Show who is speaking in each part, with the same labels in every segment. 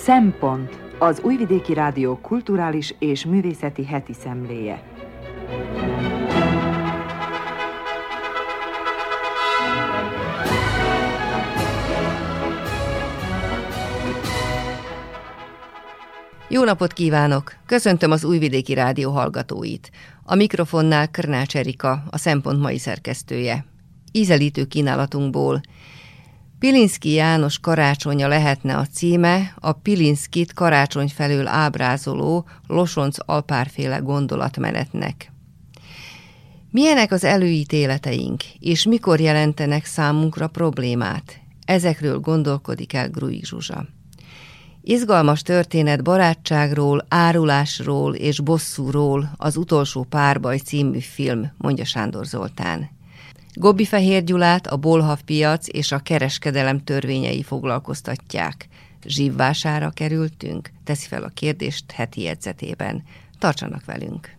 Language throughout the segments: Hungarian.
Speaker 1: Szempont, az Újvidéki Rádió kulturális és művészeti heti szemléje.
Speaker 2: Jó napot kívánok! Köszöntöm az Újvidéki Rádió hallgatóit. A mikrofonnál Krnács Erika, a Szempont mai szerkesztője. Ízelítő kínálatunkból Pilinszky János karácsonya lehetne a címe, a Pilinszkyt karácsony felől ábrázoló Losonc-Alpár-féle gondolatmenetnek. Milyenek az előítéleteink, és mikor jelentenek számunkra problémát? Ezekről gondolkodik el Gruig Zsuzsa. Izgalmas történet barátságról, árulásról és bosszúról az Utolsó párbaj című film, mondja Sándor Zoltán. Gobbi Fehér Gyulát a bolhavpiac és a kereskedelem törvényei foglalkoztatják. Zsívvására kerültünk? Teszi fel a kérdést heti jegyzetében. Tartsanak velünk!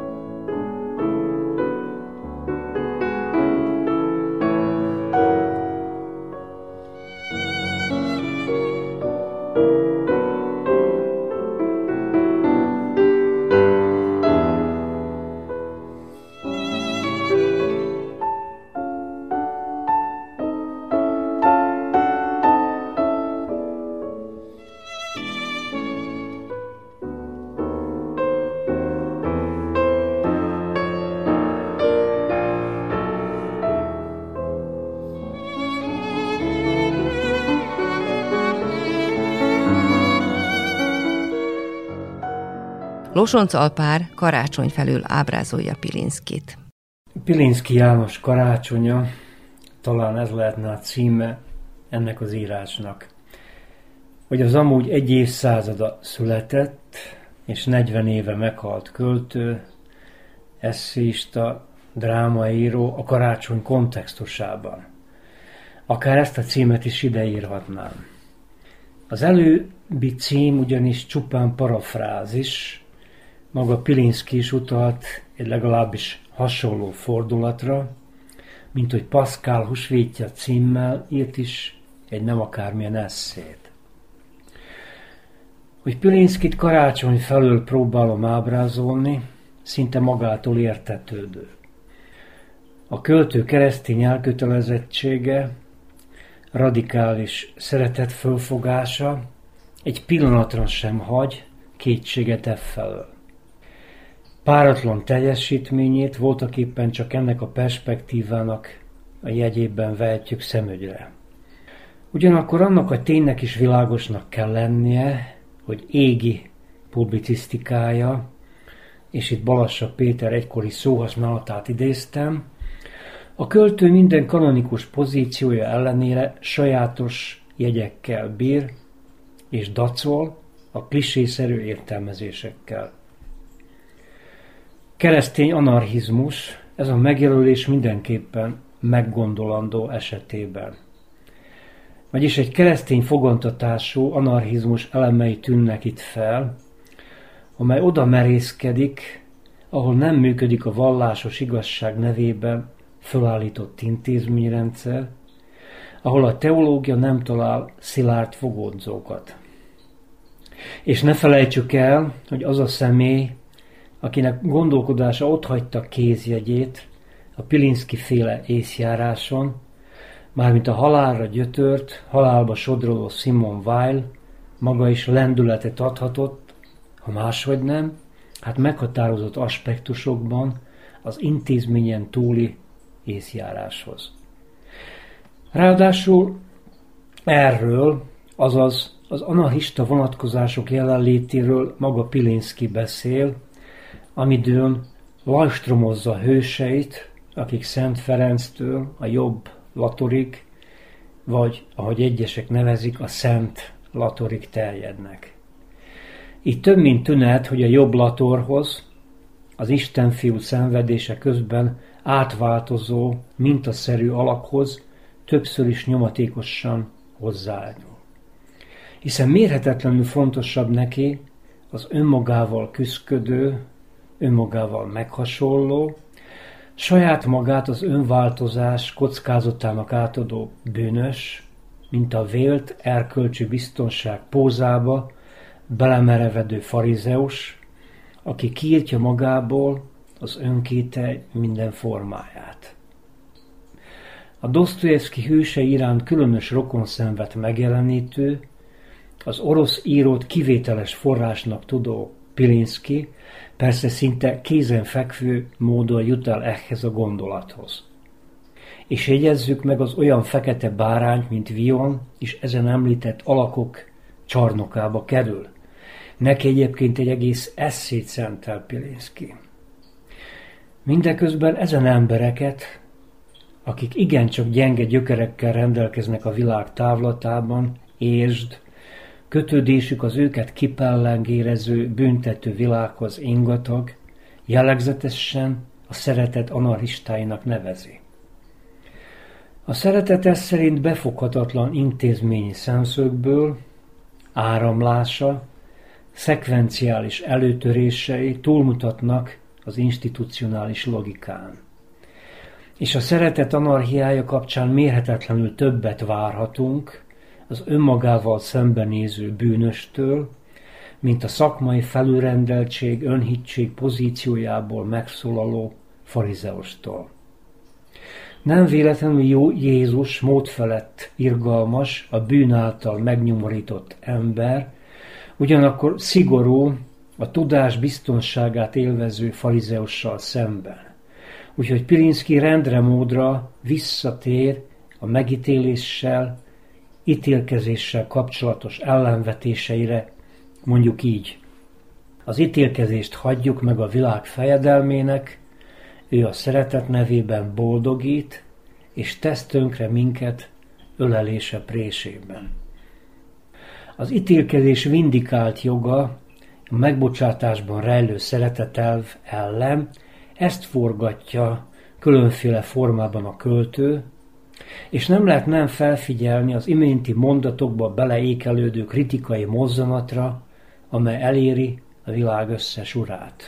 Speaker 2: Losonc-Alpár karácsony felől ábrázolja Pilinszkyt.
Speaker 3: Pilinszky János karácsonya, talán ez lehetne a címe ennek az írásnak. Hogy az amúgy egy évszázada született, és 40 éve meghalt költő, esszéista, drámaíró a karácsony kontextusában. Akár ezt a címet is ideírhatnám. Az előbbi cím ugyanis csupán parafrázis, maga Pilinszky is utalt egy legalábbis hasonló fordulatra, mint hogy Pascal Húsvétja címmel írt is egy nem akármilyen esszét. Hogy Pilinszkyt karácsony felől próbálom ábrázolni, szinte magától értetődő. A költő keresztény elkötelezettsége, radikális szeretetfölfogása egy pillanatra sem hagy kétséget efelől. Páratlan teljesítményét voltaképpen csak ennek a perspektívának a jegyében vehetjük szemügyre. Ugyanakkor annak a ténynek is világosnak kell lennie, hogy égi publicisztikája, és itt Balassa Péter egykori szóhasználatát idéztem, a költő minden kanonikus pozíciója ellenére sajátos jegyekkel bír, és dacol a klisészerű értelmezésekkel. Keresztény anarchizmus, ez a megjelölés mindenképpen meggondolandó esetében. Vagyis egy keresztény fogantatású anarchizmus elemei tűnnek itt fel, amely oda merészkedik, ahol nem működik a vallásos igazság nevében fölállított intézményrendszer, ahol a teológia nem talál szilárd fogódzókat. És ne felejtsük el, hogy az a személy, akinek gondolkodása otthagyta kézjegyét a Pilinszky-féle észjáráson, mármint a halálra gyötört, halálba sodroló Simone Weil maga is lendületet adhatott, ha máshogy nem, hát meghatározott aspektusokban az intézményen túli észjáráshoz. Ráadásul erről, azaz az anarchista vonatkozások jelenlétéről maga Pilinszky beszél, amidőn lajstromozza hőseit, akik Szent Ferenctől a jobb latorig, vagy ahogy egyesek nevezik, a Szent latorig terjednek. Így több mint tünet, hogy a jobb latorhoz, az Istenfiú szenvedése közben átváltozó, mintaszerű alakhoz többször is nyomatékosan hozzáállul. Hiszen mérhetetlenül fontosabb neki az önmagával küszködő, önmagával meghasonló, saját magát az önváltozás kockázatának átadó bűnös, mint a vélt erkölcsi biztonság pózába belemerevedő farizeus, aki kiírtja magából az önkétel minden formáját. A Dosztojevszky hősei iránt különös rokonszenvet megjelenítő, az orosz írót kivételes forrásnak tudó Pilinszky persze szinte kézenfekvő módon jut el ehhez a gondolathoz. És jegyezzük meg az olyan fekete bárányt, mint Vion, és ezen említett alakok csarnokába kerül. Neki egyébként egy egész esszét szentel Pilinszky. Mindeközben ezen embereket, akik igencsak gyenge gyökerekkel rendelkeznek a világ távlatában, értsd, kötődésük az őket kipellengérező, büntető világhoz ingatag, jellegzetesen a szeretet anarchistáinak nevezi. A szeretet ez szerint befoghatatlan intézményi szemszögből áramlása, szekvenciális előtörései túlmutatnak az institucionális logikán. És a szeretet anarchiája kapcsán mérhetetlenül többet várhatunk az önmagával szembenéző bűnöstől, mint a szakmai felülrendeltség, önhittség pozíciójából megszólaló farizeustól. Nem véletlenül Jézus módfelett irgalmas, a bűn által megnyomorított ember, ugyanakkor szigorú, a tudás biztonságát élvező farizeussal szemben. Úgyhogy Pilinszky rendre módra visszatér a megítéléssel, ítélkezéssel kapcsolatos ellenvetéseire, mondjuk így. Az ítélkezést hagyjuk meg a világ fejedelmének, ő a szeretet nevében boldogít, és tesz tönkre minket ölelése présében. Az ítélkezés vindikált joga, a megbocsátásban rejlő szeretetelv ellen, ezt forgatja különféle formában a költő, és nem lehet nem felfigyelni az iménti mondatokba beleékelődő kritikai mozzanatra, amely eléri a világ összes urát.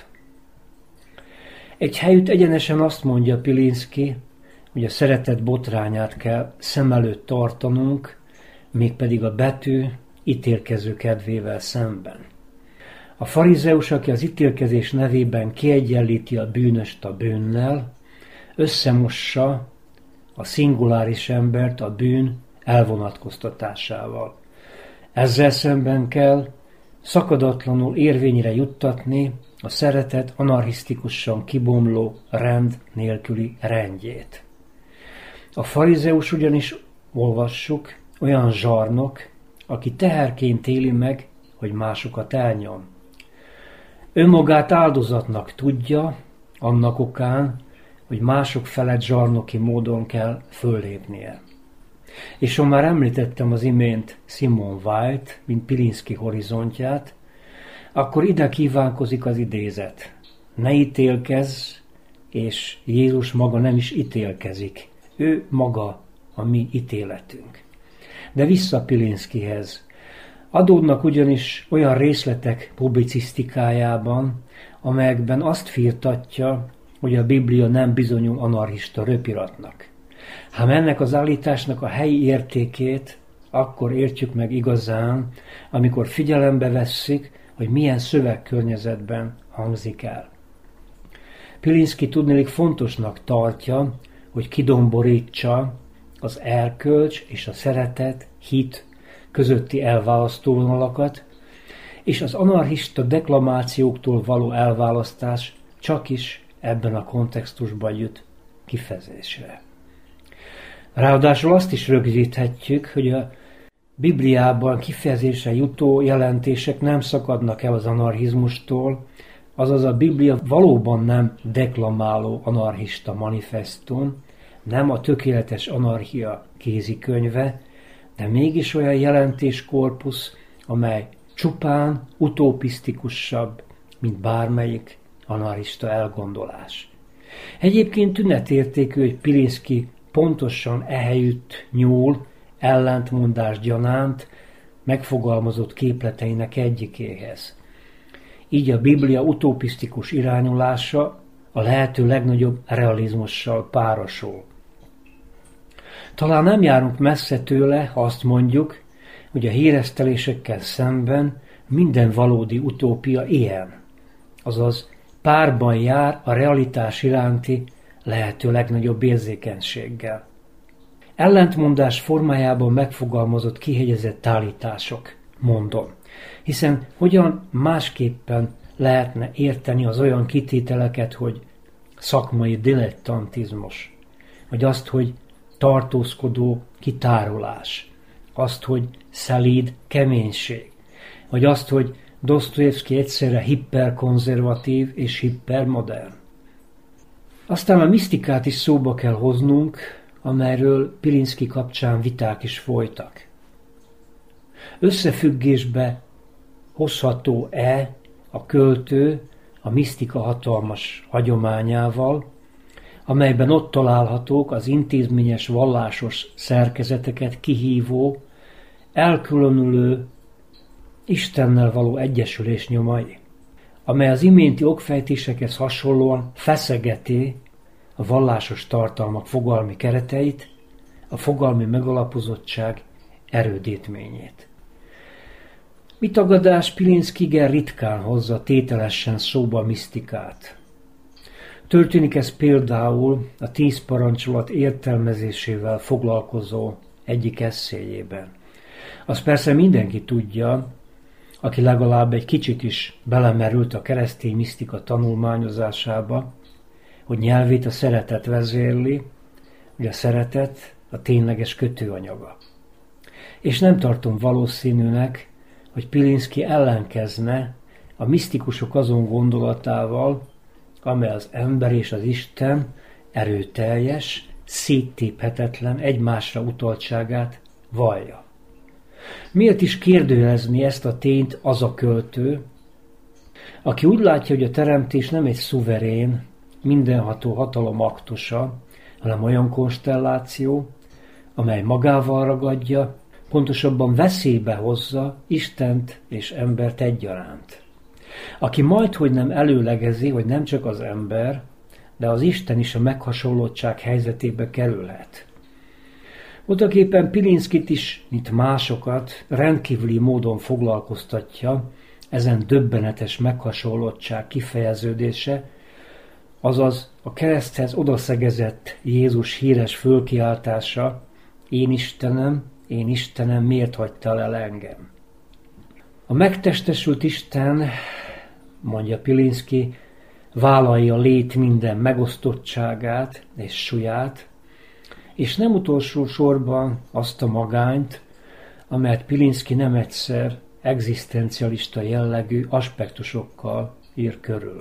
Speaker 3: Egy helyütt egyenesen azt mondja Pilinszky, hogy a szeretet botrányát kell szem előtt tartanunk, mégpedig a betű ítélkező kedvével szemben. A farizeus, aki az ítélkezés nevében kiegyenlíti a bűnöst a bűnnel, összemossa a szinguláris embert a bűn elvonatkoztatásával. Ezzel szemben kell szakadatlanul érvényre juttatni a szeretet anarchisztikusan kibomló rend nélküli rendjét. A farizeus ugyanis, olvassuk, olyan zsarnok, aki teherként éli meg, hogy másokat elnyom. Önmagát áldozatnak tudja, annak okán, hogy mások felett zsarnoki módon kell föllépnie. És ha már említettem az imént Simone Weil-t, mint Pilinszky horizontját, akkor ide kívánkozik az idézet. Ne ítélkezz, és Jézus maga nem is ítélkezik. Ő maga a mi ítéletünk. De vissza Pilinszkyhez. Adódnak ugyanis olyan részletek publicisztikájában, amelyekben azt firtatja, hogy a Biblia nem bizonyul anarchista röpiratnak. Hát ennek az állításnak a helyi értékét akkor értjük meg igazán, amikor figyelembe vesszük, hogy milyen szövegkörnyezetben hangzik el. Pilinszky tudniillik fontosnak tartja, hogy kidomborítsa az erkölcs és a szeretet, hit közötti elválasztóvonalakat, és az anarchista deklamációktól való elválasztás csak is ebben a kontextusban jut kifejezésre. Ráadásul azt is rögzíthetjük, hogy a Bibliában kifejezésre jutó jelentések nem szakadnak el az anarchizmustól, azaz a Biblia valóban nem deklamáló anarchista manifestum, nem a tökéletes anarchia kézikönyve, de mégis olyan jelentéskorpusz, amely csupán utopisztikusabb, mint bármelyik anarchista elgondolás. Egyébként tünetértékű, hogy Pilinszky pontosan ehelyütt nyúl ellentmondás gyanánt megfogalmazott képleteinek egyikéhez. Így a Biblia utopisztikus irányulása a lehető legnagyobb realizmussal párosul. Talán nem járunk messze tőle, ha azt mondjuk, hogy a híresztelésekkel szemben minden valódi utópia ilyen, azaz párban jár a realitás iránti lehető legnagyobb érzékenységgel. Ellentmondás formájában megfogalmazott kihegyezett állítások, mondom, hiszen hogyan másképpen lehetne érteni az olyan kitételeket, hogy szakmai dilettantizmus, vagy azt, hogy tartózkodó kitárolás, azt, hogy szelíd keménység, vagy azt, hogy Dosztojevszky egyszerre hiperkonzervatív és hipermodern. Aztán a misztikát is szóba kell hoznunk, amelyről Pilinszky kapcsán viták is folytak. Összefüggésbe hozható-e a költő a misztika hatalmas hagyományával, amelyben ott találhatók az intézményes vallásos szerkezeteket kihívó, elkülönülő Istennel való egyesülés nyomai, amely az iménti okfejtésekhez hasonlóan feszegeti a vallásos tartalmak fogalmi kereteit, a fogalmi megalapozottság erődítményét. Mi tagadás, Pilinszky igen ritkán hozza tételesen szóba a misztikát. Történik ez például a 10 parancsolat értelmezésével foglalkozó egyik esszéjében. Azt persze mindenki tudja, aki legalább egy kicsit is belemerült a keresztény misztika tanulmányozásába, hogy nyelvét a szeretet vezérli, hogy a szeretet a tényleges kötőanyaga. És nem tartom valószínűnek, hogy Pilinszky ellenkezne a misztikusok azon gondolatával, amely az ember és az Isten erőteljes, széttéphetetlen egymásra utaltságát vallja. Miért is kérdőjelezni ezt a tényt az a költő, aki úgy látja, hogy a teremtés nem egy szuverén, mindenható hatalom aktusa, hanem olyan konstelláció, amely magával ragadja, pontosabban veszélybe hozza Istent és embert egyaránt. Aki majdhogy nem előlegezi, hogy nem csak az ember, de az Isten is a meghasonlottság helyzetébe kerülhet. Voltaképpen Pilinszkyt is, mint másokat, rendkívüli módon foglalkoztatja ezen döbbenetes meghasonlottság kifejeződése, azaz a kereszthez odaszegezett Jézus híres fölkiáltása: én Istenem, miért hagytál el engem? A megtestesült Isten, mondja Pilinszky, vállalja a lét minden megosztottságát és súlyát, és nem utolsó sorban azt a magányt, amelyet Pilinszky nem egyszer egzisztencialista jellegű aspektusokkal ír körül.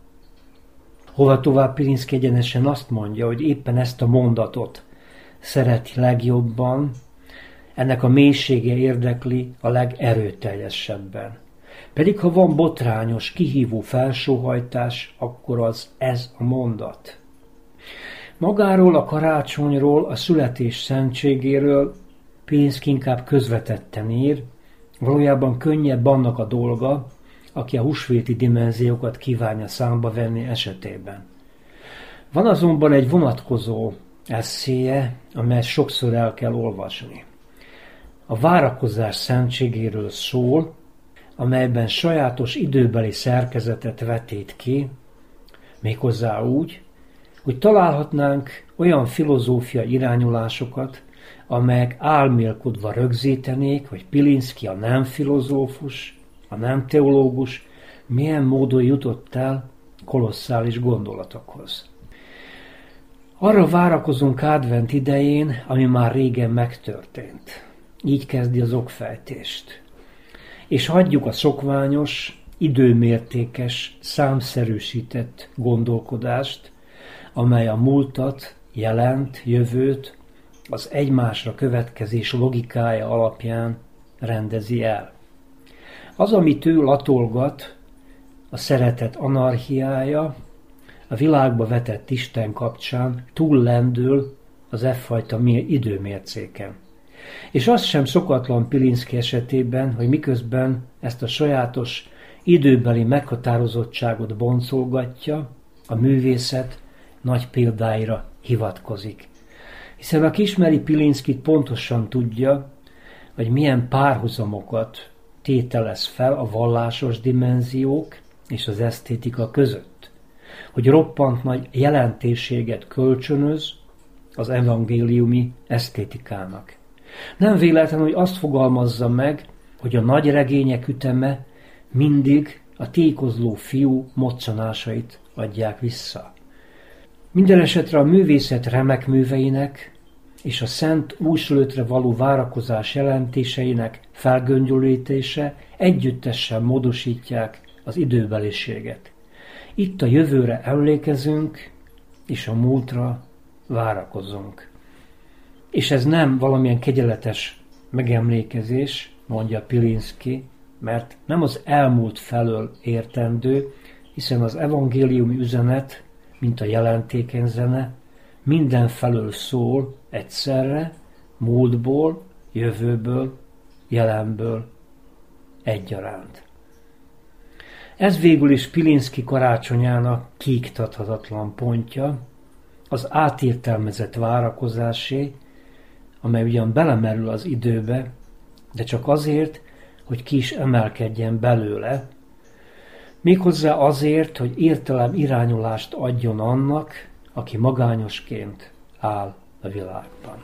Speaker 3: Hova tovább Pilinszky egyenesen azt mondja, hogy éppen ezt a mondatot szereti legjobban, ennek a mélysége érdekli a legerőteljesebben. Pedig ha van botrányos, kihívó felsóhajtás, akkor az ez a mondat. Magáról, a karácsonyról, a születés szentségéről Pilinszky inkább közvetetten ír, valójában könnyebb annak a dolga, aki a húsvéti dimenziókat kívánja számba venni esetében. Van azonban egy vonatkozó esszéje, amelyet sokszor el kell olvasni. A várakozás szentségéről szól, amelyben sajátos időbeli szerkezetet vetít ki, méghozzá úgy, hogy találhatnánk olyan filozófia irányulásokat, amelyek álmélkodva rögzítenék, hogy Pilinszky, a nem filozófus, a nem teológus milyen módon jutott el kolosszális gondolatokhoz. Arra várakozunk advent idején, ami már régen megtörtént. Így kezdi az okfejtést. És hagyjuk a szokványos, időmértékes, számszerűsített gondolkodást, amely a múltat, jelent, jövőt az egymásra következés logikája alapján rendezi el. Az, amit ő latolgat, a szeretet anarchiája, a világba vetett Isten kapcsán túllendül az effajta időmércéken. És az sem szokatlan Pilinszky esetében, hogy miközben ezt a sajátos időbeli meghatározottságot boncolgatja, a művészet nagy példáira hivatkozik. Hiszen aki ismeri Pilinszkyt, pontosan tudja, hogy milyen párhuzamokat tételez fel a vallásos dimenziók és az esztétika között, hogy roppant nagy jelentőséget kölcsönöz az evangéliumi esztétikának. Nem véletlen, hogy azt fogalmazza meg, hogy a nagy regények üteme mindig a tékozló fiú moccanásait adják vissza. Mindenesetre a művészet remek műveinek és a szent újszülöttre való várakozás jelentéseinek felgöngyölítése együttesen módosítják az időbeliséget. Itt a jövőre emlékezünk, és a múltra várakozunk. És ez nem valamilyen kegyeletes megemlékezés, mondja Pilinszky, mert nem az elmúlt felől értendő, hiszen az evangéliumi üzenet, mint a jelentékeny zene, minden felől szól egyszerre, múltból, jövőből, jelenből egyaránt. Ez végül is Pilinszky karácsonyának kiiktathatatlan pontja, az átértelmezett várakozásé, amely ugyan belemerül az időbe, de csak azért, hogy ki is emelkedjen belőle, méghozzá azért, hogy értelem irányolást adjon annak, aki magányosként áll a világban.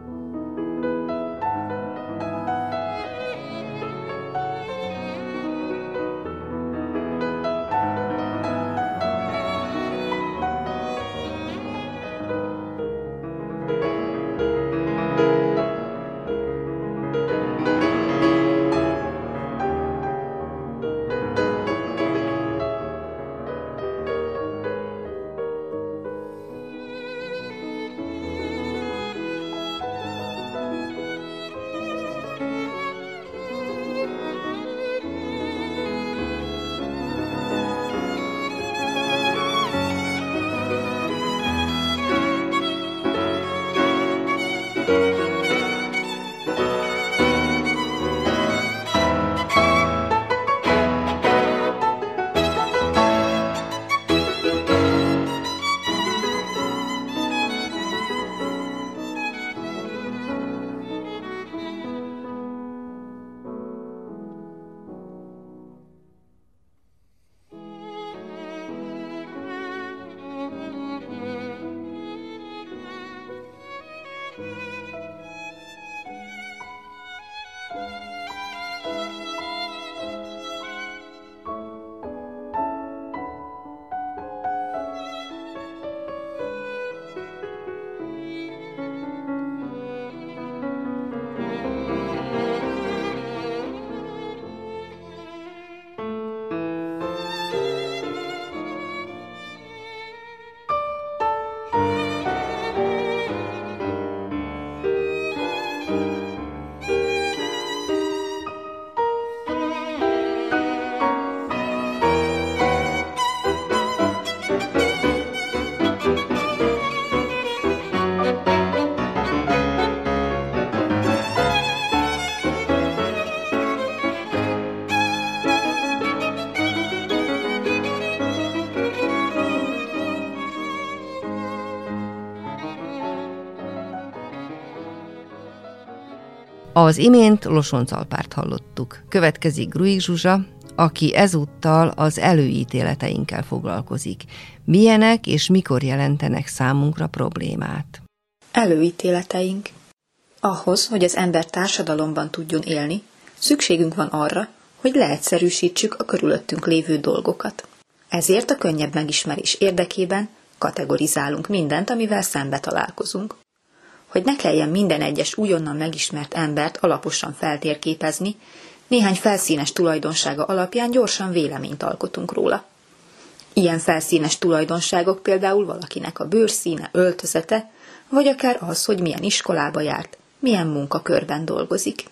Speaker 2: Az imént Losonc Alpárt hallottuk. Következik Gruig Zsuzsa, aki ezúttal az előítéleteinkkel foglalkozik. Milyenek és mikor jelentenek számunkra problémát?
Speaker 4: Előítéleteink. Ahhoz, hogy az ember társadalomban tudjon élni, szükségünk van arra, hogy leegyszerűsítsük a körülöttünk lévő dolgokat. Ezért a könnyebb megismerés érdekében kategorizálunk mindent, amivel szembe találkozunk. Hogy ne kelljen minden egyes újonnan megismert embert alaposan feltérképezni, néhány felszínes tulajdonsága alapján gyorsan véleményt alkotunk róla. Ilyen felszínes tulajdonságok például valakinek a bőrszíne, öltözete, vagy akár az, hogy milyen iskolába járt, milyen munkakörben dolgozik.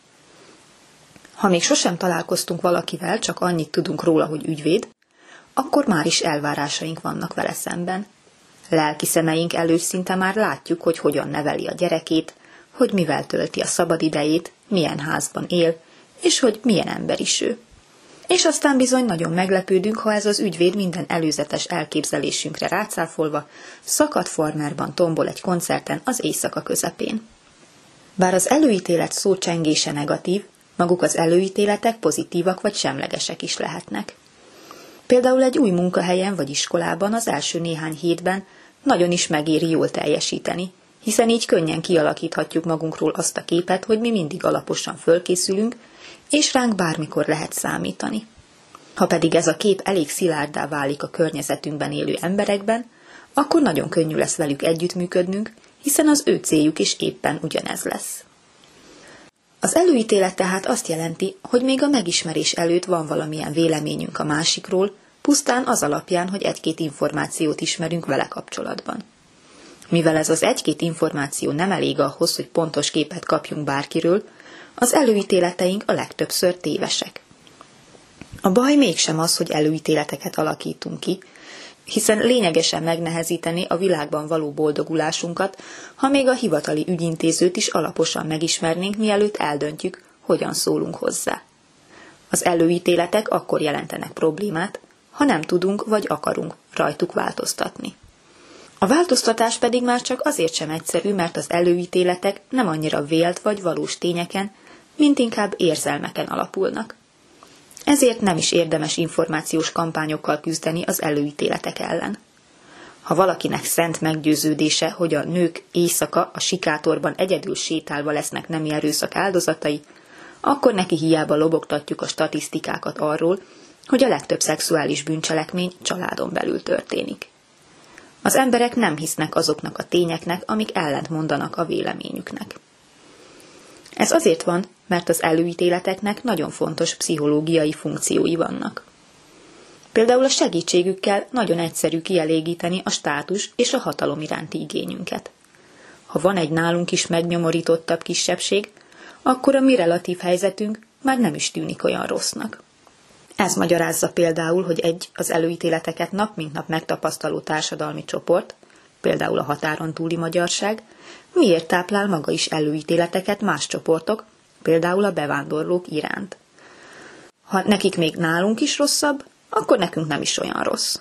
Speaker 4: Ha még sosem találkoztunk valakivel, csak annyit tudunk róla, hogy ügyvéd, akkor már is elvárásaink vannak vele szemben. Lelki szemeink előtt szinte már látjuk, hogy hogyan neveli a gyerekét, hogy mivel tölti a szabadidejét, milyen házban él, és hogy milyen ember is ő. És aztán bizony nagyon meglepődünk, ha ez az ügyvéd minden előzetes elképzelésünkre rácáfolva szakadt farmerban tombol egy koncerten az éjszaka közepén. Bár az előítélet szó csengése negatív, Maguk az előítéletek pozitívak vagy semlegesek is lehetnek. Például egy új munkahelyen vagy iskolában az első néhány hétben nagyon is megéri jól teljesíteni, hiszen így könnyen kialakíthatjuk magunkról azt a képet, hogy mi mindig alaposan fölkészülünk, és ránk bármikor lehet számítani. Ha pedig ez a kép elég szilárddá válik a környezetünkben élő emberekben, akkor nagyon könnyű lesz velük együttműködnünk, hiszen az ő céljuk is éppen ugyanez lesz. Az előítélet tehát azt jelenti, hogy még a megismerés előtt van valamilyen véleményünk a másikról, pusztán az alapján, hogy egy-két információt ismerünk vele kapcsolatban. Mivel ez az egy-két információ nem elég ahhoz, hogy pontos képet kapjunk bárkiről, az előítéleteink a legtöbbször tévesek. A baj mégsem az, hogy előítéleteket alakítunk ki, hiszen lényegesen megnehezítené a világban való boldogulásunkat, ha még a hivatali ügyintézőt is alaposan megismernénk, mielőtt eldöntjük, hogyan szólunk hozzá. Az előítéletek akkor jelentenek problémát, ha nem tudunk vagy akarunk rajtuk változtatni. A változtatás pedig már csak azért sem egyszerű, mert az előítéletek nem annyira vélt vagy valós tényeken, mint inkább érzelmeken alapulnak. Ezért nem is érdemes információs kampányokkal küzdeni az előítéletek ellen. Ha valakinek szent meggyőződése, hogy a nők éjszaka a sikátorban egyedül sétálva lesznek nemi erőszak áldozatai, akkor neki hiába lobogtatjuk a statisztikákat arról, hogy a legtöbb szexuális bűncselekmény családon belül történik. Az emberek nem hisznek azoknak a tényeknek, amik ellent mondanak a véleményüknek. Ez azért van, mert az előítéleteknek nagyon fontos pszichológiai funkciói vannak. Például a segítségükkel nagyon egyszerű kielégíteni a státus és a hatalom iránti igényünket. Ha van egy nálunk is megnyomorítottabb kisebbség, akkor a mi relatív helyzetünk már nem is tűnik olyan rossznak. Ez magyarázza például, hogy egy az előítéleteket nap mint nap megtapasztaló társadalmi csoport, például a határon túli magyarság, miért táplál maga is előítéleteket más csoportok, például a bevándorlók iránt. Ha nekik még nálunk is rosszabb, akkor nekünk nem is olyan rossz.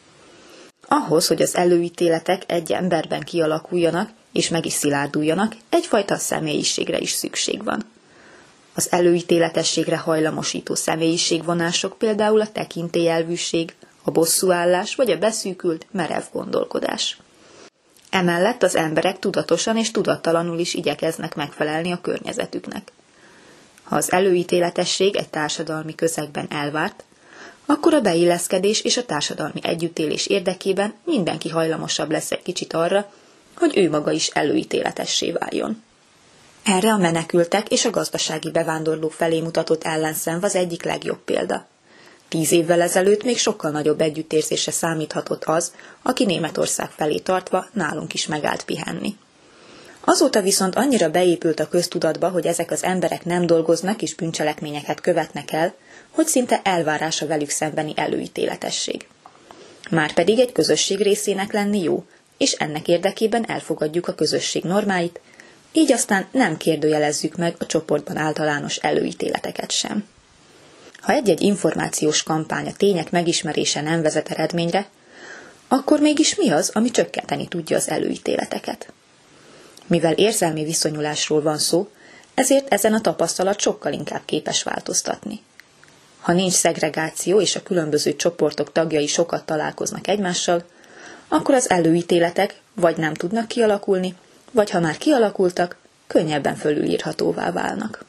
Speaker 4: Ahhoz, hogy az előítéletek egy emberben kialakuljanak és meg is szilárduljanak, egyfajta személyiségre is szükség van. Az előítéletességre hajlamosító személyiségvonások például a tekintélyelvűség, a bosszúállás vagy a beszűkült, merev gondolkodás. Emellett az emberek tudatosan és tudattalanul is igyekeznek megfelelni a környezetüknek. Ha az előítéletesség egy társadalmi közegben elvárt, akkor a beilleszkedés és a társadalmi együttélés érdekében mindenki hajlamosabb lesz egy kicsit arra, hogy ő maga is előítéletessé váljon. Erre a menekültek és a gazdasági bevándorlók felé mutatott ellenszenv az egyik legjobb példa. 10 évvel ezelőtt még sokkal nagyobb együttérzésre számíthatott az, aki Németország felé tartva nálunk is megállt pihenni. Azóta viszont annyira beépült a köztudatba, hogy ezek az emberek nem dolgoznak és bűncselekményeket követnek el, hogy szinte elvárás a velük szembeni előítéletesség. Márpedig egy közösség részének lenni jó, és ennek érdekében elfogadjuk a közösség normáit, így aztán nem kérdőjelezzük meg a csoportban általános előítéleteket sem. Ha egy-egy információs kampány a tények megismerése nem vezet eredményre, akkor mégis mi az, ami csökkenteni tudja az előítéleteket? Mivel érzelmi viszonyulásról van szó, ezért ezen a tapasztalat sokkal inkább képes változtatni. Ha nincs szegregáció és a különböző csoportok tagjai sokat találkoznak egymással, akkor az előítéletek vagy nem tudnak kialakulni, vagy ha már kialakultak, könnyebben fölülírhatóvá válnak.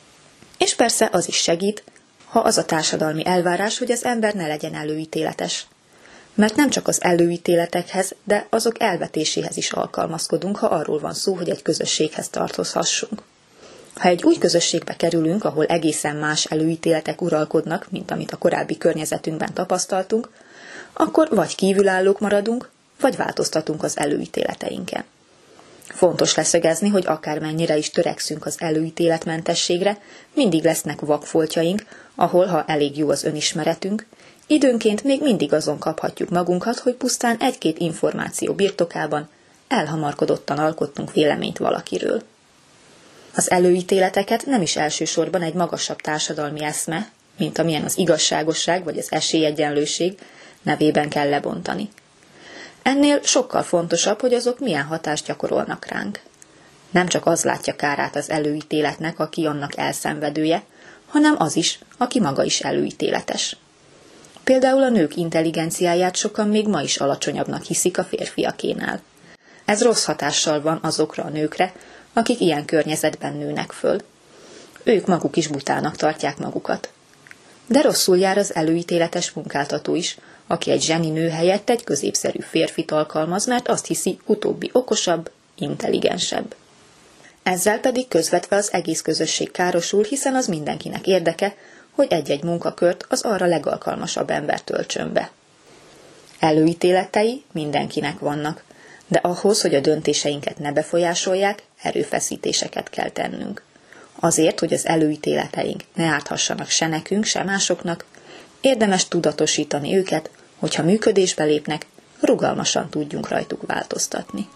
Speaker 4: És persze az is segít, ha az a társadalmi elvárás, hogy az ember ne legyen előítéletes. Mert nem csak az előítéletekhez, de azok elvetéséhez is alkalmazkodunk, ha arról van szó, hogy egy közösséghez tartozhassunk. Ha egy új közösségbe kerülünk, ahol egészen más előítéletek uralkodnak, mint amit a korábbi környezetünkben tapasztaltunk, akkor vagy kívülállók maradunk, vagy változtatunk az előítéleteinken. Fontos leszögezni, hogy akármennyire is törekszünk az előítéletmentességre, mindig lesznek vakfoltjaink, ahol, ha elég jó az önismeretünk, időnként még mindig azon kaphatjuk magunkat, hogy pusztán egy-két információ birtokában elhamarkodottan alkottunk véleményt valakiről. Az előítéleteket nem is elsősorban egy magasabb társadalmi eszme, mint amilyen az igazságosság vagy az esélyegyenlőség nevében kell lebontani. Ennél sokkal fontosabb, hogy azok milyen hatást gyakorolnak ránk. Nem csak az látja kárát az előítéletnek, aki annak elszenvedője, hanem az is, aki maga is előítéletes. Például a nők intelligenciáját sokan még ma is alacsonyabbnak hiszik a férfiakénál. Ez rossz hatással van azokra a nőkre, akik ilyen környezetben nőnek föl. Ők maguk is butának tartják magukat. De rosszul jár az előítéletes munkáltató is, aki egy zseni nő helyett egy középszerű férfit alkalmaz, mert azt hiszi, utóbbi okosabb, intelligensebb. Ezzel pedig közvetve az egész közösség károsul, hiszen az mindenkinek érdeke, hogy egy-egy munkakört az arra legalkalmasabb ember töltsön be. Előítéletei mindenkinek vannak, de ahhoz, hogy a döntéseinket ne befolyásolják, erőfeszítéseket kell tennünk. Azért, hogy az előítéleteink ne árthassanak se nekünk, se másoknak, érdemes tudatosítani őket, hogyha működésbe lépnek, rugalmasan tudjunk rajtuk változtatni.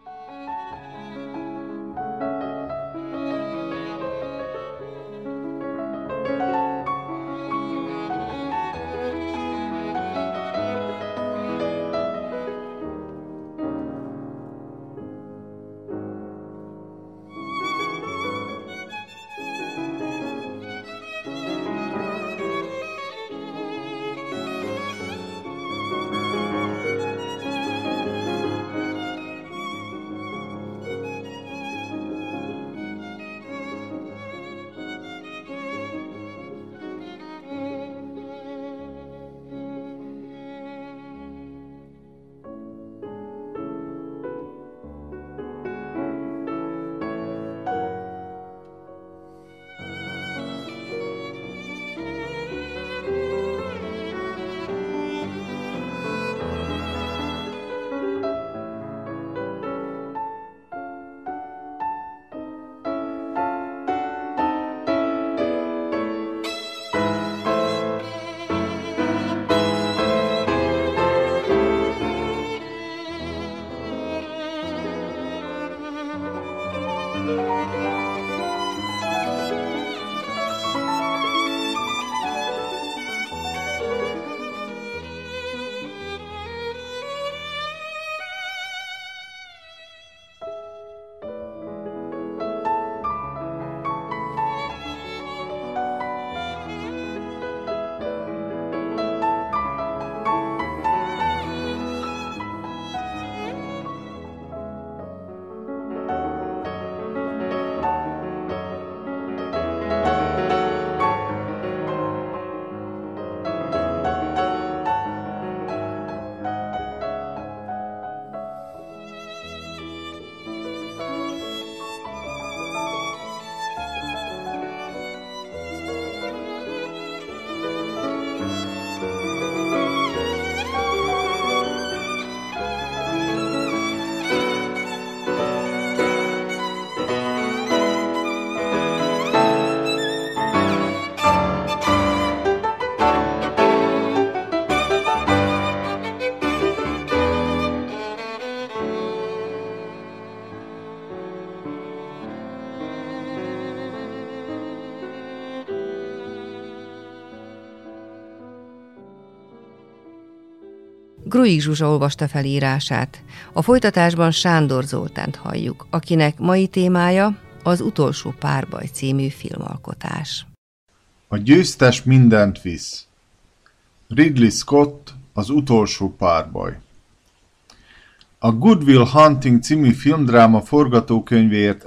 Speaker 2: Gruig Zsuzsa olvasta fel írását. A folytatásban Sándor Zoltánt halljuk, akinek mai témája az Utolsó párbaj című filmalkotás.
Speaker 5: A győztes mindent visz. Ridley Scott, Az utolsó párbaj. A Good Will Hunting című filmdráma forgatókönyvéért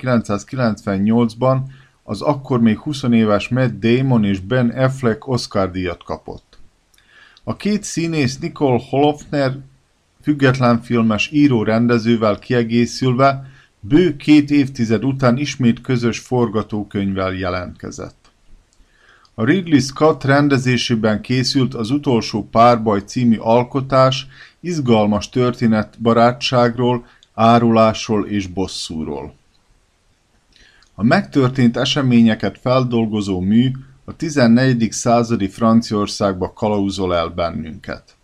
Speaker 5: 1998-ban az akkor még 20 éves Matt Damon és Ben Affleck Oscar-díjat kapott. A két színész Nicole Holofner független filmes író-rendezővel kiegészülve bő 2 évtized után ismét közös forgatókönyvvel jelentkezett. A Ridley Scott rendezésében készült Az utolsó párbaj című alkotás izgalmas történet barátságról, árulásról és bosszúról. A megtörtént eseményeket feldolgozó mű a 14. századi Franciaországba kalauzol el bennünket.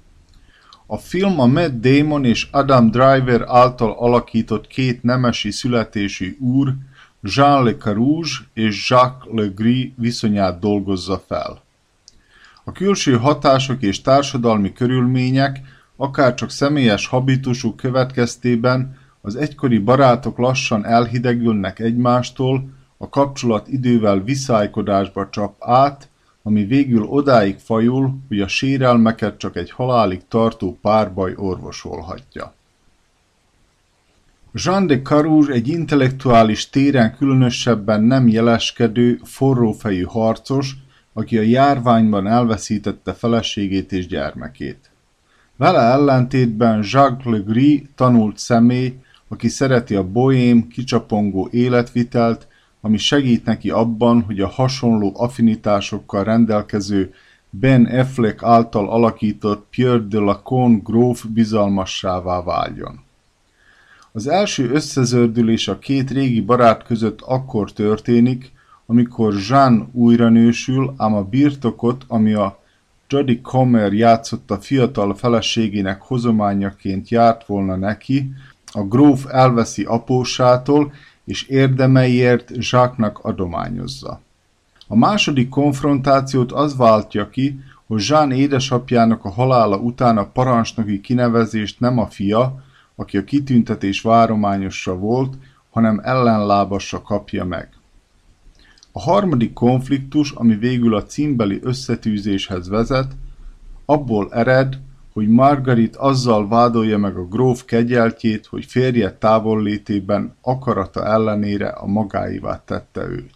Speaker 5: A film a Matt Damon és Adam Driver által alakított két nemesi születésű úr, Jean Le Carrouge és Jacques Le Gris viszonyát dolgozza fel. A külső hatások és társadalmi körülmények, akárcsak személyes habitusuk következtében az egykori barátok lassan elhidegülnek egymástól, a kapcsolat idővel viszálykodásba csap át, ami végül odáig fajul, hogy a sérelmeket csak egy halálig tartó párbaj orvosolhatja. Jean de Carouge egy intellektuális téren különösebben nem jeleskedő, forrófejű harcos, aki a járványban elveszítette feleségét és gyermekét. Vele ellentétben Jacques Legris tanult személy, aki szereti a bohém, kicsapongó életvitelt, ami segít neki abban, hogy a hasonló affinitásokkal rendelkező Ben Affleck által alakított Pierre de Lacon gróf bizalmassává váljon. Az első összezördülés a két régi barát között akkor történik, amikor Jean újra nősül, ám a birtokot, ami a Jodie Comer játszotta fiatal feleségének hozományaként járt volna neki, a gróf elveszi apósától, és érdemeiért Jacques-nak adományozza. A második konfrontációt az váltja ki, hogy Jean édesapjának a halála után a parancsnoki kinevezést nem a fia, aki a kitüntetés várományosa volt, hanem ellenlábasa kapja meg. A harmadik konfliktus, ami végül a címbeli összetűzéshez vezet, abból ered, hogy Marguerite azzal vádolja meg a gróf kegyeltjét, hogy férje távollétében akarata ellenére a magáévá tette őt.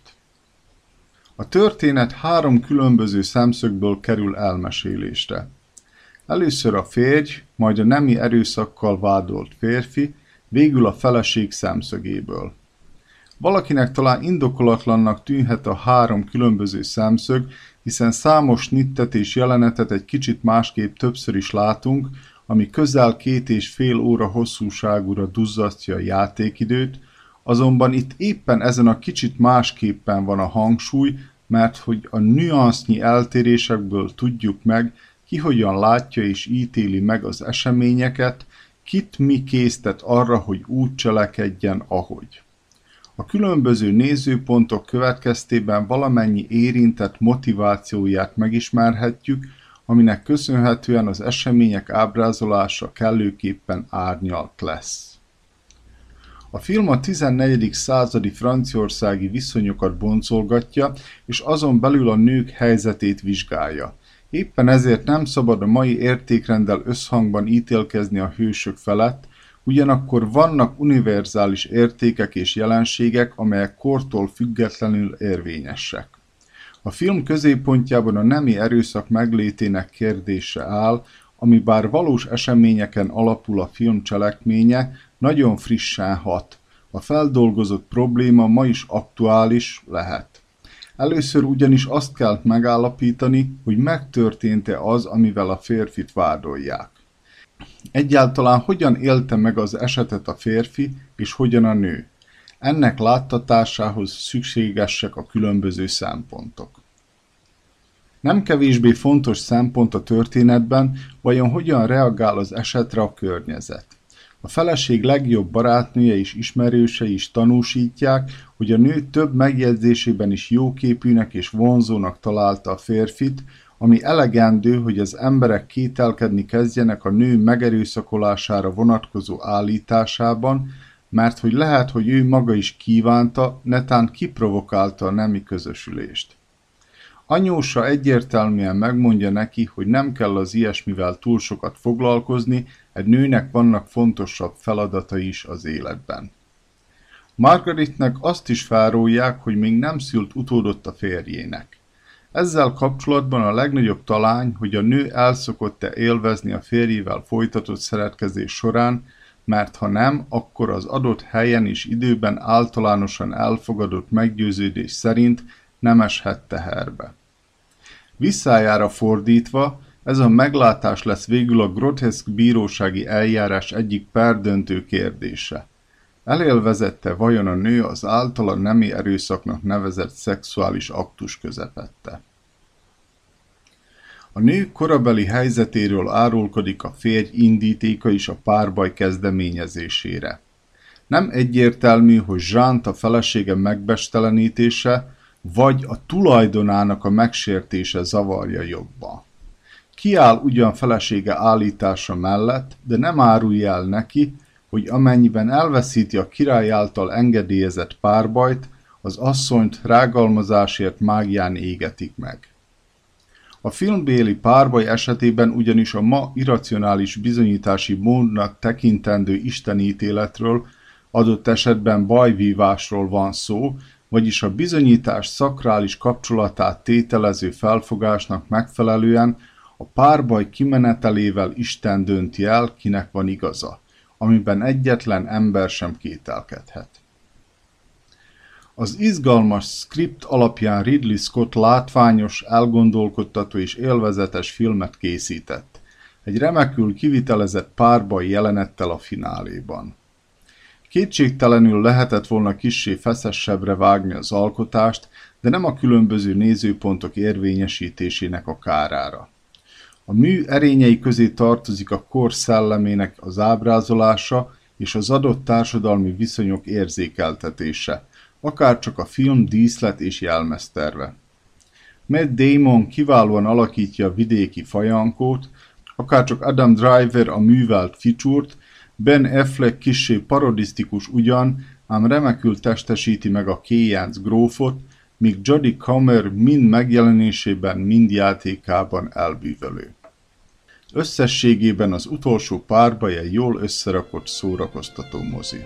Speaker 5: A történet 3 különböző szemszögből kerül elmesélésre. Először a férj, majd a nemi erőszakkal vádolt férfi, végül a feleség szemszögéből. Valakinek talán indokolatlannak tűnhet a 3 különböző szemszög, hiszen számos snittet és jelenetet egy kicsit másképp többször is látunk, ami közel 2,5 óra hosszúságúra duzzasztja a játékidőt, azonban itt éppen ezen a kicsit másképpen van a hangsúly, mert hogy a nüansznyi eltérésekből tudjuk meg, ki hogyan látja és ítéli meg az eseményeket, kit mi késztet arra, hogy úgy cselekedjen, ahogy. A különböző nézőpontok következtében valamennyi érintett motivációját megismerhetjük, aminek köszönhetően az események ábrázolása kellőképpen árnyalt lesz. A film a 14. századi franciaországi viszonyokat boncolgatja, és azon belül a nők helyzetét vizsgálja. Éppen ezért nem szabad a mai értékrenddel összhangban ítélkezni a hősök felett, ugyanakkor vannak univerzális értékek és jelenségek, amelyek kortól függetlenül érvényesek. A film középpontjában a nemi erőszak meglétének kérdése áll, ami bár valós eseményeken alapul a film cselekménye, nagyon frissen hat. A feldolgozott probléma ma is aktuális lehet. Először ugyanis azt kell megállapítani, hogy megtörtént-e az, amivel a férfit vádolják. Egyáltalán hogyan élte meg az esetet a férfi, és hogyan a nő? Ennek láttatásához szükségesek a különböző szempontok. Nem kevésbé fontos szempont a történetben, vajon hogyan reagál az esetre a környezet. A feleség legjobb barátnője és ismerősei is tanúsítják, hogy a nő több megjegyzésében is jóképűnek és vonzónak találta a férfit, ami elegendő, hogy az emberek kételkedni kezdjenek a nő megerőszakolására vonatkozó állításában, mert hogy lehet, hogy ő maga is kívánta, netán kiprovokálta a nemi közösülést. Anyósa egyértelműen megmondja neki, hogy nem kell az ilyesmivel túl sokat foglalkozni, egy nőnek vannak fontosabb feladatai is az életben. Marguerite-nek azt is felrólják, hogy még nem szült utódot a férjének. Ezzel kapcsolatban a legnagyobb talány, hogy a nő elszokott-e élvezni a férjével folytatott szeretkezés során, mert ha nem, akkor az adott helyen és időben általánosan elfogadott meggyőződés szerint nem eshet teherbe. Visszájára fordítva, ez a meglátás lesz végül a groteszk bírósági eljárás egyik perdöntő kérdése. Elélvezette vajon a nő az általa nemi erőszaknak nevezett szexuális aktus közepette? A nő korabeli helyzetéről árulkodik a férj indítéka is a párbaj kezdeményezésére. Nem egyértelmű, hogy Jeant a felesége megbestelenítése, vagy a tulajdonának a megsértése zavarja jobban. Kiáll ugyan felesége állítása mellett, de nem árulja el neki, hogy amennyiben elveszíti a király által engedélyezett párbajt, az asszonyt rágalmazásért mágián égetik meg. A filmbéli párbaj esetében ugyanis a ma irracionális bizonyítási módnak tekintendő istenítéletről, adott esetben bajvívásról van szó, vagyis a bizonyítás szakrális kapcsolatát tételező felfogásnak megfelelően a párbaj kimenetelével Isten dönti el, kinek van igaza, amiben egyetlen ember sem kételkedhet. Az izgalmas szkript alapján Ridley Scott látványos, elgondolkodtató és élvezetes filmet készített, egy remekül kivitelezett párbaj jelenettel a fináléban. Kétségtelenül lehetett volna kissé feszesebbre vágni az alkotást, de nem a különböző nézőpontok érvényesítésének a kárára. A mű erényei közé tartozik a kor szellemének az ábrázolása és az adott társadalmi viszonyok érzékeltetése, akárcsak a film díszlet és jelmezterve. Matt Damon kiválóan alakítja a vidéki fajankót, akárcsak Adam Driver a művelt ficsúrt, Ben Affleck kissé parodisztikus ugyan, ám remekül testesíti meg a kéjánc grófot, míg Jodie Comer mind megjelenésében, mind játékában elbűvölő. Összességében az utolsó párbaj egy jól összerakott, szórakoztató mozi.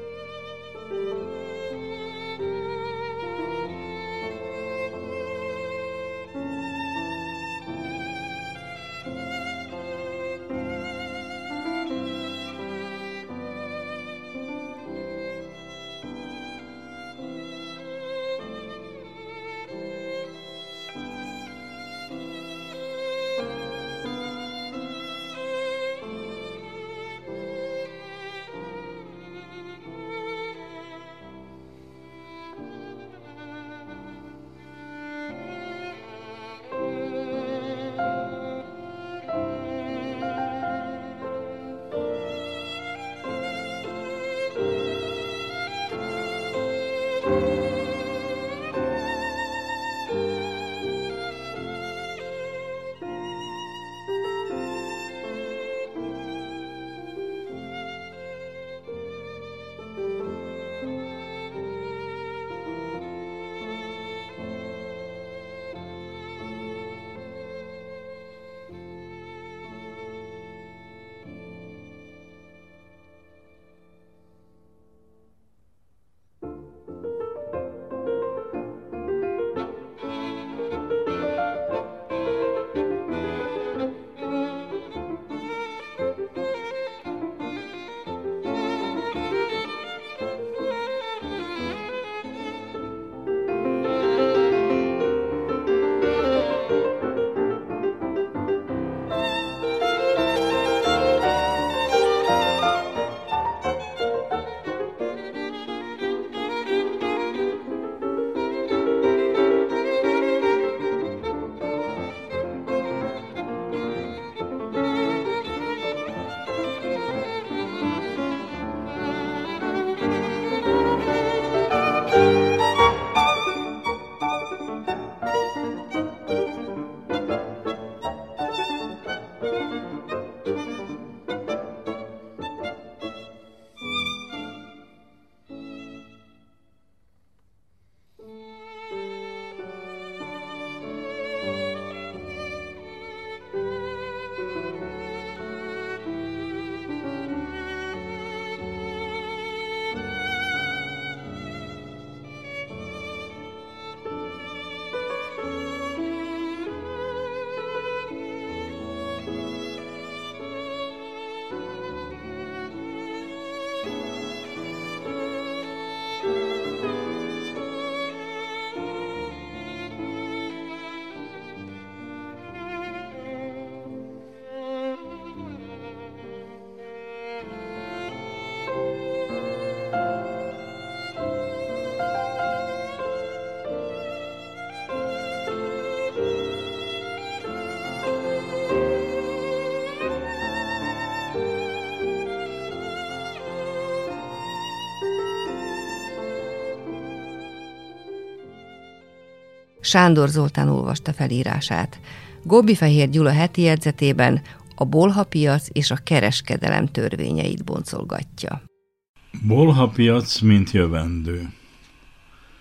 Speaker 2: Sándor Zoltán olvasta felírását. Góbifehér Gyula heti jegyzetében a bolhapiac és a kereskedelem törvényeit boncolgatja.
Speaker 6: Bolhapiac, mint jövendő.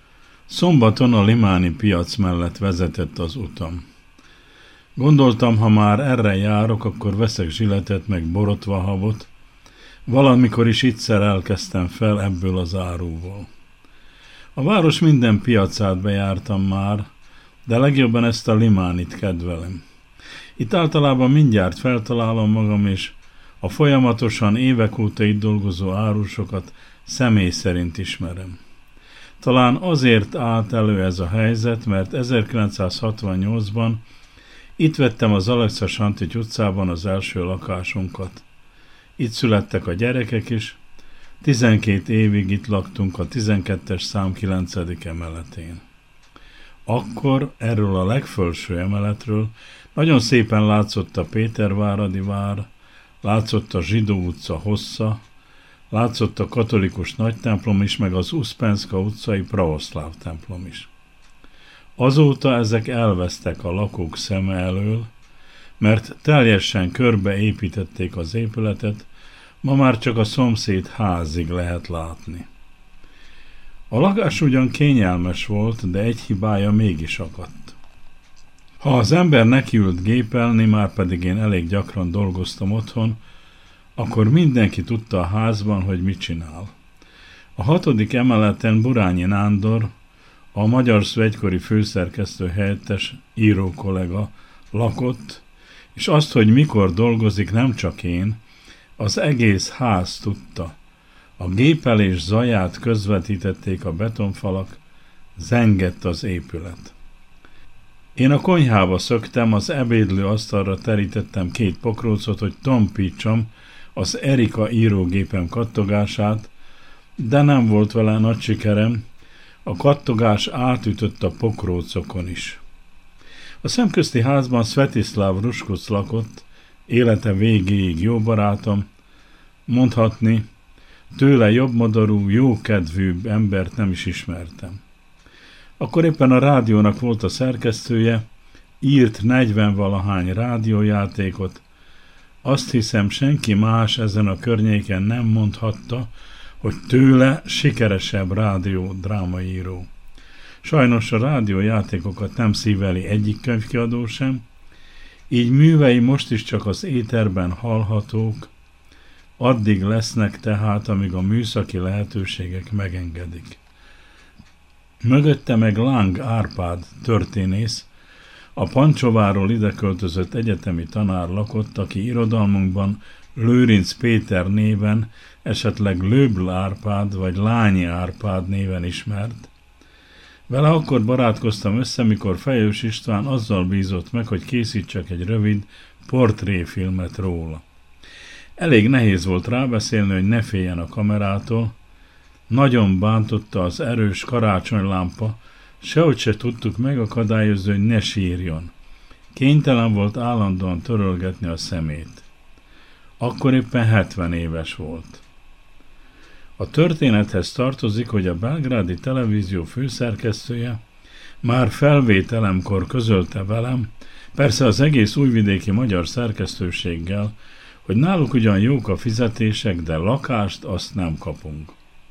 Speaker 6: Szombaton a limáni piac mellett vezetett az utam. Gondoltam, ha már erre járok, akkor veszek zsiletet meg borotvahabot. Valamikor is itt szerelkeztem fel ebből az árúból. A város minden piacát bejártam már, de legjobban ezt a limánit kedvelem. Itt általában mindjárt feltalálom magam, és a folyamatosan évek óta itt dolgozó árusokat személy szerint ismerem. Talán azért állt elő ez a helyzet, mert 1968-ban itt vettem az Alexa Santics utcában az első lakásunkat. Itt születtek a gyerekek is, 12 évig itt laktunk a 12-es szám 9. emeletén. Akkor erről a legfelső emeletről nagyon szépen látszott a Péterváradi vár, látszott a Zsidó utca hossza, látszott a katolikus nagytemplom is, meg az Uszpenszka utcai pravoszláv templom is. Azóta ezek elvesztek a lakók szeme elől, mert teljesen körbe építették az épületet, ma már csak a szomszéd házig lehet látni. A lakás ugyan kényelmes volt, de egy hibája mégis akadt. Ha az ember nekiült gépelni, már pedig én elég gyakran dolgoztam otthon, akkor mindenki tudta a házban, hogy mit csinál. A 6. emeleten Burányi Nándor, a Magyar Szó egykori főszerkesztő helyettes író kollega lakott, és azt, hogy mikor dolgozik, nem csak én, az egész ház tudta. A gépelés zaját közvetítették a betonfalak, zengett az épület. Én a konyhába szöktem, az ebédlő asztalra terítettem 2 pokrócot, hogy tompítsam az Erika írógépem kattogását, de nem volt vele nagy sikerem, a kattogás átütött a pokrócokon is. A szemközti házban Svetislav Ruskusz lakott, élete végéig jó barátom, mondhatni, tőle jobbmodorú, jókedvűbb embert nem is ismertem. Akkor éppen a rádiónak volt a szerkesztője, írt 40-valahány rádiójátékot, azt hiszem senki más ezen a környéken nem mondhatta, hogy tőle sikeresebb rádió-drámaíró. Sajnos a rádiójátékokat nem szíveli egyik könyvkiadó sem, így művei most is csak az éterben hallhatók, addig lesznek tehát, amíg a műszaki lehetőségek megengedik. Mögötte meg Lang Árpád történész, a Pancsováról ide költözött egyetemi tanár lakott, aki irodalmunkban Lőrinc Péter néven, esetleg Löbl Árpád vagy Lányi Árpád néven ismert. Vele akkor barátkoztam össze, mikor Fejős István azzal bízott meg, hogy készítsek egy rövid portréfilmet róla. Elég nehéz volt rábeszélni, hogy ne féljen a kamerától. Nagyon bántotta az erős karácsonylámpa, sehogy se tudtuk megakadályozni, hogy ne sírjon. Kénytelen volt állandóan törölgetni a szemét. Akkor éppen 70 éves volt. A történethez tartozik, hogy a belgrádi televízió főszerkesztője már felvételemkor közölte velem, persze az egész újvidéki magyar szerkesztőséggel, hogy náluk ugyan jók a fizetések, de lakást azt nem kapunk.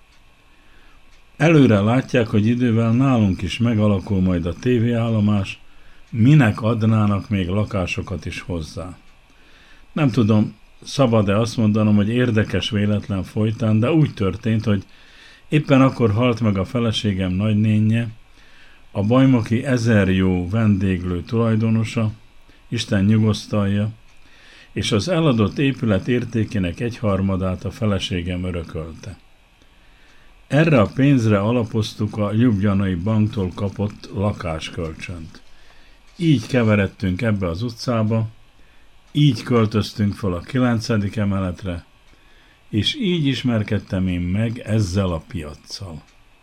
Speaker 6: Előre látják, hogy idővel nálunk is megalakul majd a tévéállomás, minek adnának még lakásokat is hozzá. Nem tudom, szabad-e azt mondanom, hogy érdekes véletlen folytán, de úgy történt, hogy éppen akkor halt meg a feleségem nagynénje, a bajnoki 1000 jó vendéglő tulajdonosa, Isten nyugosztalja, és az eladott épület értékének 1/3 a feleségem örökölte. Erre a pénzre alapoztuk a Ljubljanai banktól kapott lakáskölcsönt. Így keveredtünk ebbe az utcába, így költöztünk fel a 9. emeletre, és így ismerkedtem én meg ezzel a piaccal.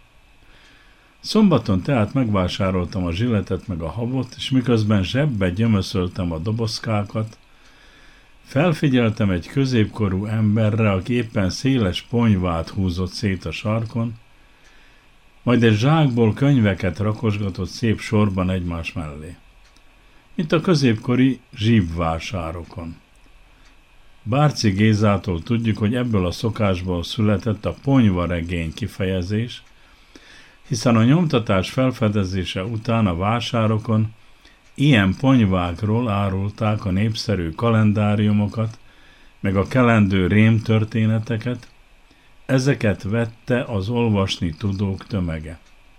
Speaker 6: Szombaton tehát megvásároltam a zsiletet meg a habot, és miközben zsebbe gyömöszöltem a dobozkákat, felfigyeltem egy középkorú emberre, aki éppen széles ponyvát húzott szét a sarkon, majd egy zsákból könyveket rakosgatott szép sorban egymás mellé, mint a középkori zsíbvásárokon. Bárci Gézától tudjuk, hogy ebből a szokásból született a ponyvaregény kifejezés, hiszen a nyomtatás felfedezése után a vásárokon ilyen ponyvákról árulták a népszerű kalendáriumokat, meg a kelendő rémtörténeteket, ezeket vette az olvasni tudók tömege.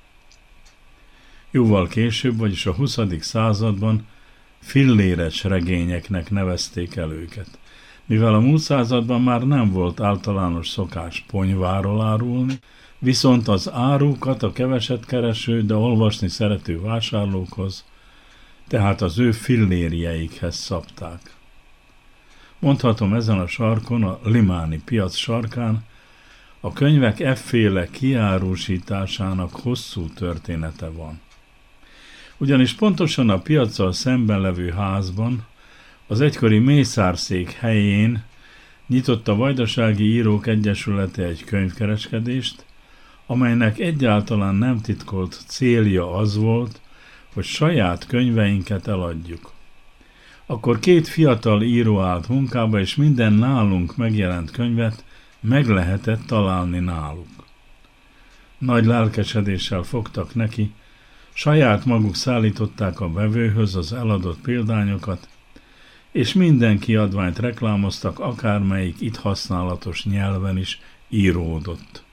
Speaker 6: Jóval később, vagyis a 20. században filléres regényeknek nevezték el őket. Mivel a múlt században már nem volt általános szokás ponyváról árulni, viszont az árukat a keveset kereső, de olvasni szerető vásárlókhoz, tehát az ő fillérjeikhez szabták. Mondhatom, ezen a sarkon, a limáni piac sarkán a könyvek efféle kiárusításának hosszú története van. Ugyanis pontosan a piaccal szemben levő házban, az egykori mészárszék helyén nyitott a Vajdasági Írók Egyesülete egy könyvkereskedést, amelynek egyáltalán nem titkolt célja az volt, hogy saját könyveinket eladjuk. Akkor 2 fiatal író állt munkába, és minden nálunk megjelent könyvet meg lehetett találni náluk. Nagy lelkesedéssel fogtak neki, saját maguk szállították a vevőhöz az eladott példányokat, és minden kiadványt reklámoztak, akármelyik itt használatos nyelven is íródott.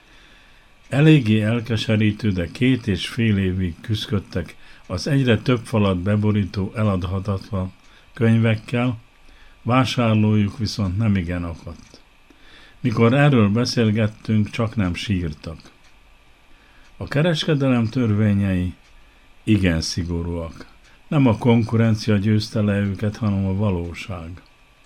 Speaker 6: Eléggé elkeserítő, de 2,5 évig küszködtek az egyre több falat beborító eladhatatlan könyvekkel, vásárlójuk viszont nemigen akadt. Mikor erről beszélgettünk, csak nem sírtak. A kereskedelem törvényei igen szigorúak. Nem a konkurencia győzte le őket, hanem a valóság.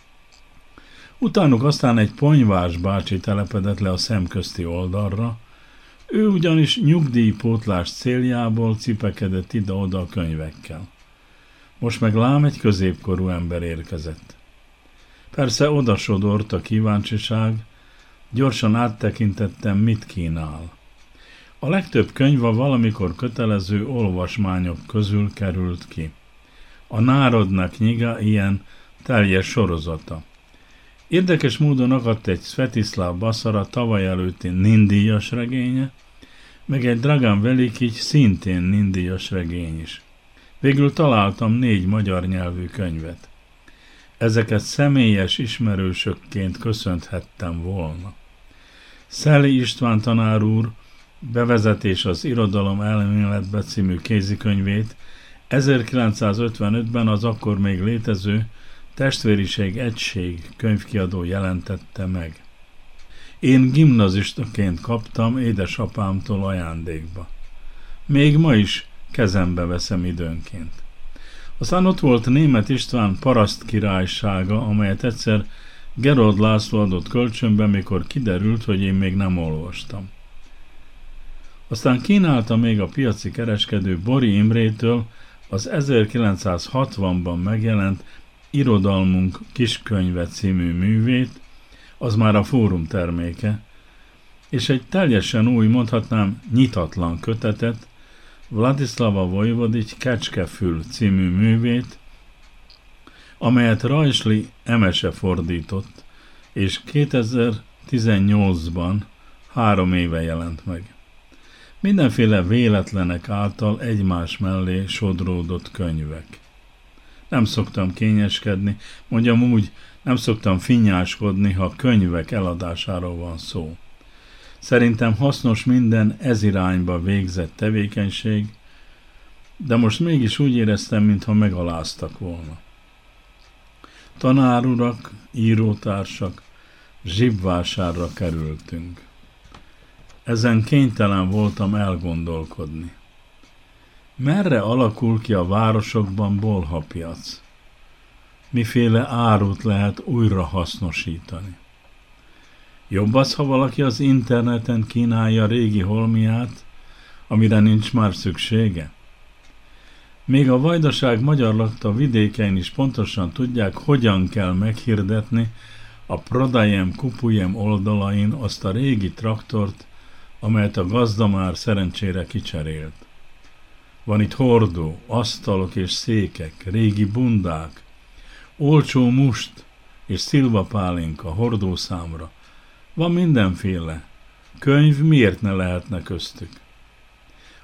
Speaker 6: Utánuk aztán egy ponyvás bácsi telepedett le a szemközti oldalra, ő ugyanis nyugdíjpótlás céljából cipekedett ide-oda a könyvekkel. Most meg lám egy középkorú ember érkezett. Persze odasodort a kíváncsiság, gyorsan áttekintettem, mit kínál. A legtöbb könyv a valamikor kötelező olvasmányok közül került ki. A Národna knjiga ilyen teljes sorozata. Érdekes módon akadt egy Svetislav Basara tavaly előtti Nin-díjas regénye, meg egy Dragan Velikić szintén Nin-díjas regény is. Végül találtam 4 magyar nyelvű könyvet. Ezeket személyes ismerősökként köszönthettem volna. Szeli István tanár úr Bevezetés az irodalom elméletbe című kézikönyvét 1955-ben az akkor még létező Testvériség Egység könyvkiadó jelentette meg. Én gimnazistaként kaptam édesapámtól ajándékba. Még ma is kezembe veszem időnként. Aztán ott volt Németh István Paraszt királysága, amelyet egyszer Gerold László adott kölcsönbe, mikor kiderült, hogy én még nem olvastam. Aztán kínálta még a piaci kereskedő Bori Imrétől az 1960-ban megjelent Irodalmunk kiskönyve című művét, az már a Fórum terméke, és egy teljesen új, mondhatnám nyitatlan kötetet, Vladislava Vojvodić Kecskefül című művét, amelyet Rajsli Emese fordított, és 2018-ban 3 éve jelent meg. Mindenféle véletlenek által egymás mellé sodródott könyvek. Nem szoktam kényeskedni, mondjam úgy, nem szoktam finnyáskodni, ha könyvek eladásáról van szó. Szerintem hasznos minden ez irányba végzett tevékenység, de most mégis úgy éreztem, mintha megaláztak volna. Tanárurak, írótársak, zsibvásárra kerültünk. Ezen kénytelen voltam elgondolkodni. Merre alakul ki a városokban bolhapiac? Miféle árut lehet újra hasznosítani? Jobb az, ha valaki az interneten kínálja régi holmiát, amire nincs már szüksége? Még a Vajdaság magyar lakta vidékein is pontosan tudják, hogyan kell meghirdetni a Prodajem Kupujem oldalain azt a régi traktort, amelyet a gazda már szerencsére kicserélt. Van itt hordó, asztalok és székek, régi bundák, olcsó must és szilvapálinka hordószámra. Van mindenféle. Könyv miért ne lehetne köztük?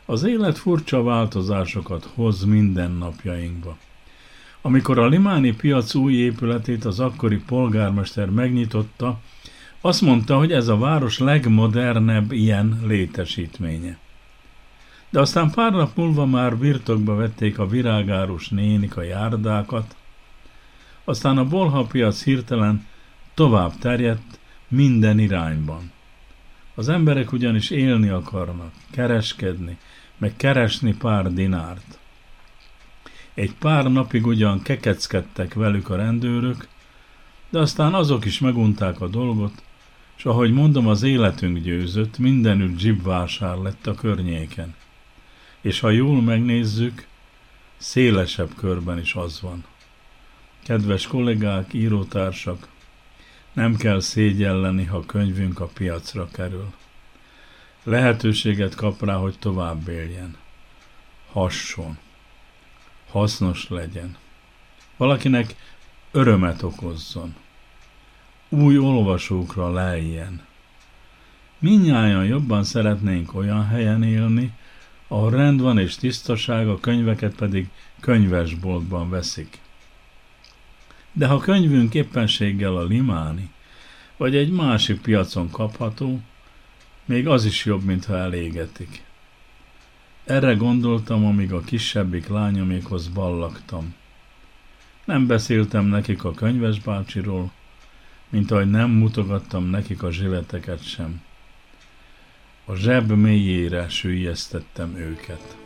Speaker 6: Az élet furcsa változásokat hoz mindennapjainkba. Amikor a limáni piac új épületét az akkori polgármester megnyitotta, azt mondta, hogy ez a város legmodernebb ilyen létesítménye. De aztán pár nap múlva már birtokba vették a virágárus nénik a járdákat, aztán a bolhapiac hirtelen tovább terjedt minden irányban. Az emberek ugyanis élni akarnak, kereskedni, meg keresni pár dinárt. Egy pár napig ugyan kekeckedtek velük a rendőrök, de aztán azok is megunták a dolgot, és ahogy mondom, az életünk győzött, mindenütt zsibvásár lett a környéken. És ha jól megnézzük, szélesebb körben is az van. Kedves kollégák, írótársak, nem kell szégyelleni, ha könyvünk a piacra kerül. Lehetőséget kap rá, hogy tovább éljen. Hasson. Hasznos legyen. Valakinek örömet okozzon. Új olvasókra leljen. Mindnyájan jobban szeretnénk olyan helyen élni, ahol rend van és tisztaság, a könyveket pedig könyvesboltban veszik. De ha könyvünk éppenséggel a limáni, vagy egy másik piacon kapható, még az is jobb, mintha elégetik. Erre gondoltam, amíg a kisebbik lányomékhoz ballagtam. Nem beszéltem nekik a könyvesbácsiról, mint ahogy nem mutogattam nekik a zsileteket sem. A zseb mélyére süllyesztettem őket.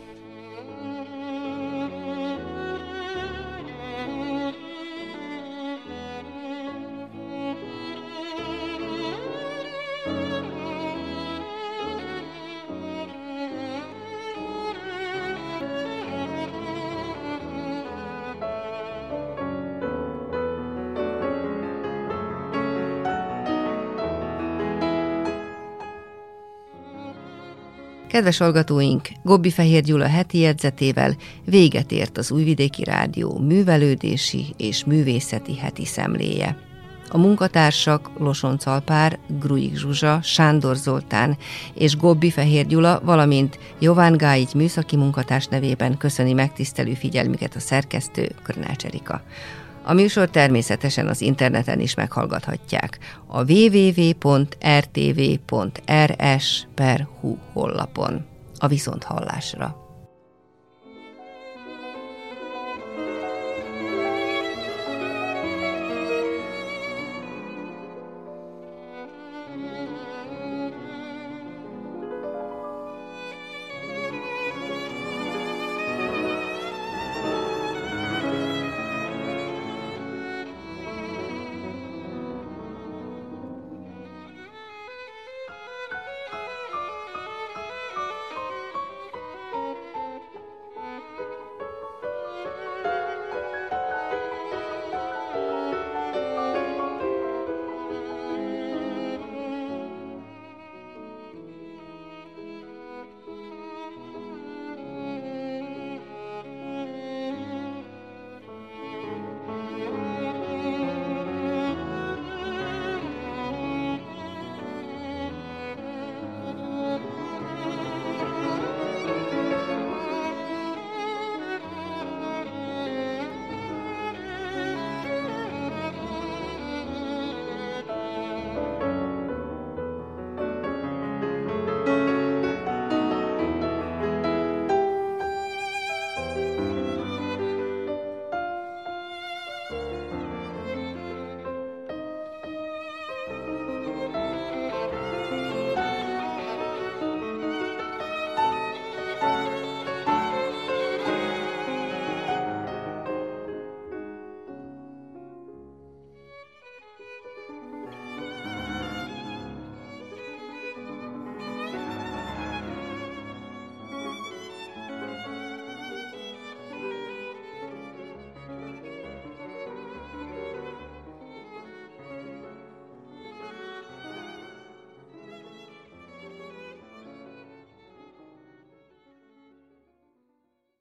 Speaker 2: Kedves hallgatóink, Gobbi-Fehér Gyula heti jegyzetével véget ért az Újvidéki Rádió művelődési és művészeti heti szemléje. A munkatársak Losonc Alpár, Gruik Zsuzsa, Sándor Zoltán és Gobbi-Fehér Gyula, valamint Jován Gáigy műszaki munkatárs nevében köszöni megtisztelő figyelmüket a szerkesztő, Krnács Erika. A műsor természetesen az interneten is meghallgathatják a www.rtv.rs/hu honlapon. A viszonthallásra.